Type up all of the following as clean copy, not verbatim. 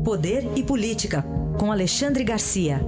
Poder e Política, com Alexandre Garcia.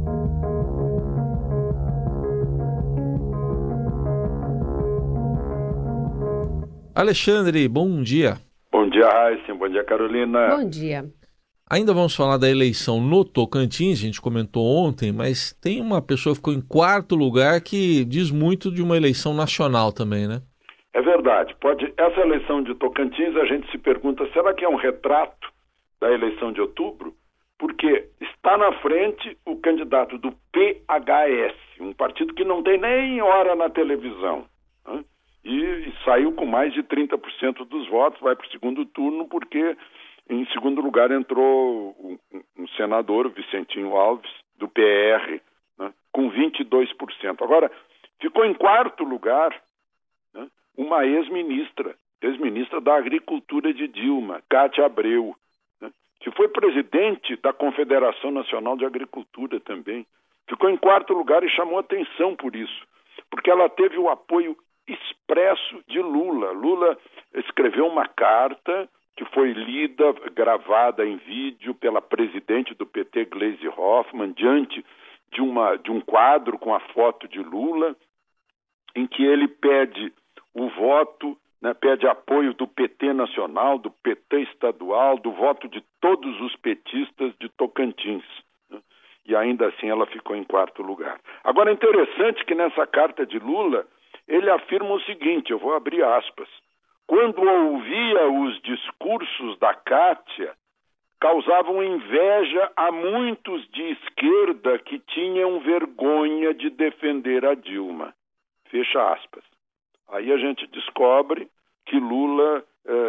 Alexandre, bom dia. Bom dia, Raíssa. Bom dia, Carolina. Bom dia. Ainda vamos falar da eleição no Tocantins, a gente comentou ontem, mas tem uma pessoa que ficou em quarto lugar que diz muito de uma eleição nacional também, né? É verdade. Essa eleição de Tocantins, a gente se pergunta, será que é um retrato da eleição de outubro? Porque está na frente o candidato do PHS, um partido que não tem nem hora na televisão, né? E saiu com mais de 30% dos votos, vai para o segundo turno, porque em segundo lugar entrou um senador, o Vicentinho Alves, do PR, né, com 22%. Agora, ficou em quarto lugar, né, uma ex-ministra da Agricultura de Dilma, Cátia Abreu, né, que foi presidente da Confederação Nacional de Agricultura também. Ficou em quarto lugar e chamou atenção por isso, porque ela teve o apoio expresso de Lula. Lula escreveu uma carta que foi lida, gravada em vídeo pela presidente do PT, Gleisi Hoffmann, diante de um quadro com a foto de Lula, em que ele pede o voto, né, pede apoio do PT nacional, do PT estadual, do voto de todos os petistas de Tocantins, né? E ainda assim ela ficou em quarto lugar. Agora é interessante que nessa carta de Lula, ele afirma o seguinte, eu vou abrir aspas: quando ouvia os discursos da Cátia, causavam inveja a muitos de esquerda que tinham vergonha de defender a Dilma. Fecha aspas. Aí a gente descobre que Lula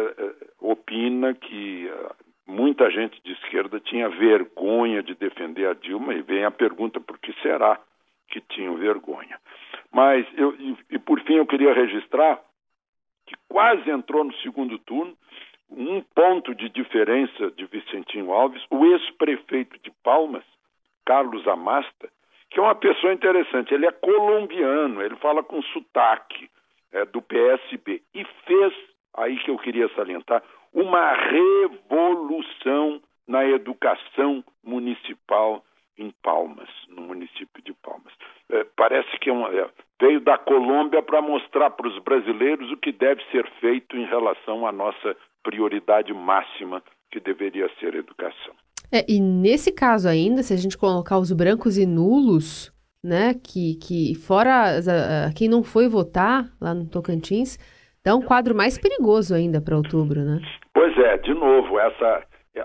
opina que muita gente de esquerda tinha vergonha de defender a Dilma, e vem a pergunta, por que será que tinham vergonha? Mas, por fim, eu queria registrar que quase entrou no segundo turno, um ponto de diferença de Vicentinho Alves, o ex-prefeito de Palmas, Carlos Amasta, que é uma pessoa interessante. Ele é colombiano, ele fala com sotaque, do PSB, e fez, aí que eu queria salientar, uma revolução na educação municipal em Palmas, no município de Palmas. Parece que veio da Colômbia para mostrar para os brasileiros o que deve ser feito em relação à nossa prioridade máxima, que deveria ser a educação. E nesse caso ainda, se a gente colocar os brancos e nulos, né, que fora quem não foi votar lá no Tocantins, dá um quadro mais perigoso ainda para outubro, né? Pois é, de novo, essa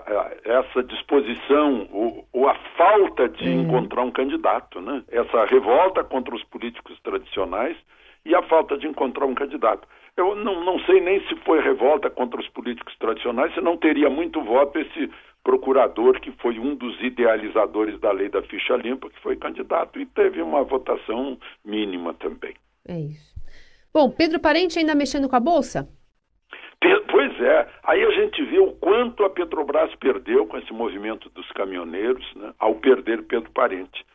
disposição, ou a falta de encontrar um candidato, né? Essa revolta contra os políticos tradicionais e a falta de encontrar um candidato. Eu não sei nem se foi revolta contra os políticos tradicionais, se não teria muito voto esse procurador que foi um dos idealizadores da lei da ficha limpa, que foi candidato e teve uma votação mínima também. É isso. Bom, Pedro Parente ainda mexendo com a Bolsa? Pois é, aí a gente vê o quanto a Petrobras perdeu com esse movimento dos caminhoneiros, né, ao perder Pedro Parente.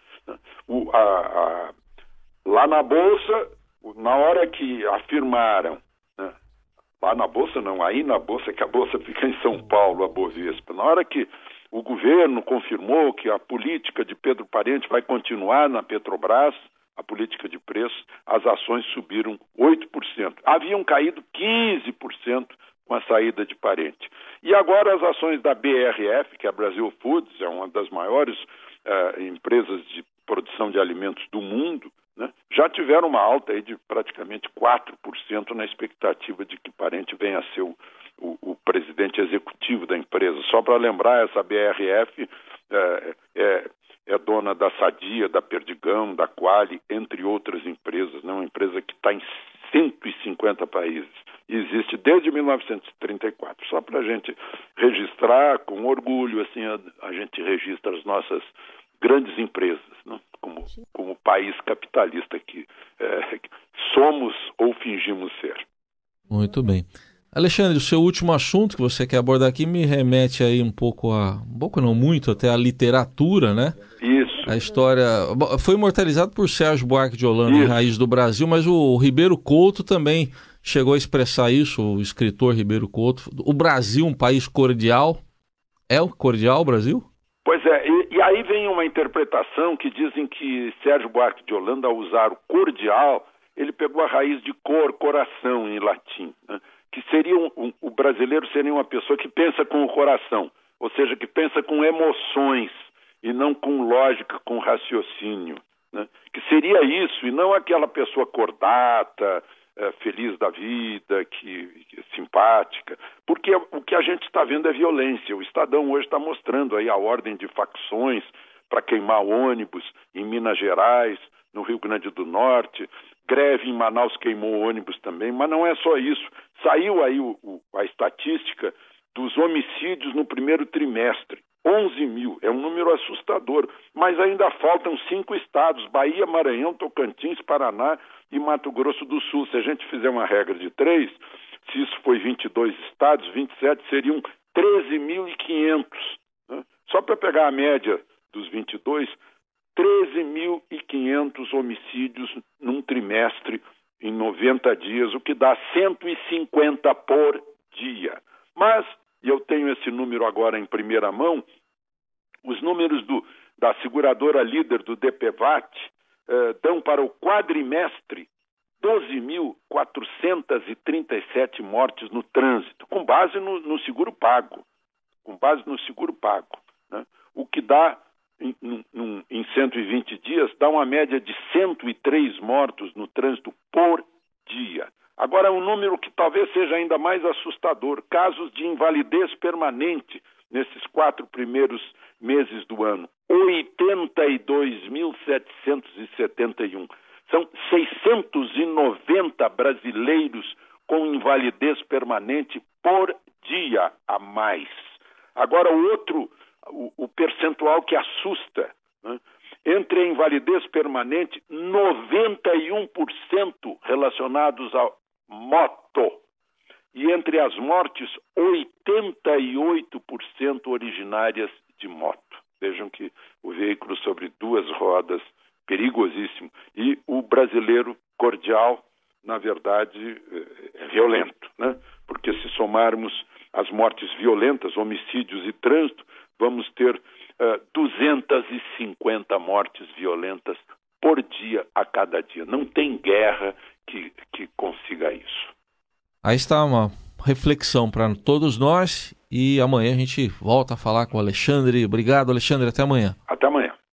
Lá na Bolsa, na hora que afirmaram, né, lá na Bolsa não, aí na Bolsa, que a Bolsa fica em São Paulo, a Bovespa, na hora que o governo confirmou que a política de Pedro Parente vai continuar na Petrobras, a política de preços, as ações subiram 8%. Haviam caído 15% com a saída de Parente. E agora as ações da BRF, que é a Brasil Foods, é uma das maiores empresas de produção de alimentos do mundo, né, já tiveram uma alta aí de praticamente 4% na expectativa de que Parente venha a ser o presidente executivo da empresa. Só para lembrar, essa BRF é dona da Sadia, da Perdigão, da Quali, entre outras empresas, né? Uma empresa que está em 150 países e existe desde 1934. Só para a gente registrar com orgulho, assim, a gente registra as nossas grandes empresas, né? Como país capitalista que somos ou fingimos ser. Muito bem. Alexandre, o seu último assunto que você quer abordar aqui me remete aí um pouco não muito, até a literatura, né? Isso. A história foi imortalizado por Sérgio Buarque de Holanda, em Raiz do Brasil, mas o Ribeiro Couto também chegou a expressar isso, o escritor Ribeiro Couto. O Brasil, um país cordial, É o cordial Brasil? Pois é, e aí vem uma interpretação que dizem que Sérgio Buarque de Holanda, ao usar o cordial, ele pegou a raiz de coração em latim, né? Que seria o brasileiro seria uma pessoa que pensa com o coração, ou seja, que pensa com emoções e não com lógica, com raciocínio, né? Que seria isso, e não aquela pessoa cordata, feliz da vida, que simpática, porque o que a gente está vendo é violência. O Estadão hoje está mostrando aí a ordem de facções para queimar ônibus em Minas Gerais, no Rio Grande do Norte, greve em Manaus queimou ônibus também, mas não é só isso. Saiu aí a estatística dos homicídios no primeiro trimestre. 11 mil, é um número assustador, mas ainda faltam 5 estados, Bahia, Maranhão, Tocantins, Paraná e Mato Grosso do Sul. Se a gente fizer uma regra de 3, se isso foi 22 estados, 27 seriam 13.500. Né? Só para pegar a média dos 22, 13.500 homicídios num trimestre em 90 dias, o que dá 150 por dia. Mas, e eu tenho esse número agora em primeira mão, os números da seguradora líder do DPVAT dão para o quadrimestre 12.437 mortes no trânsito, com base no seguro pago. Né? O que dá, em 120 dias, dá uma média de 103 mortos no trânsito por dia. Agora, um número que talvez seja ainda mais assustador, casos de invalidez permanente nesses 4 primeiros meses do ano, 82.771. São 690 brasileiros com invalidez permanente por dia a mais. Agora, o percentual que assusta, né? Entre a invalidez permanente, 91% relacionados a moto. E entre as mortes, 88% originárias de moto. Vejam que o veículo sobre 2 rodas, perigosíssimo. E o brasileiro cordial, na verdade, é violento, né? Porque se somarmos as mortes violentas, homicídios e trânsito, vamos ter 250 mortes violentas por dia a cada dia. Não tem guerra que consiga isso. Aí está uma reflexão para todos nós e amanhã a gente volta a falar com o Alexandre. Obrigado, Alexandre. Até amanhã.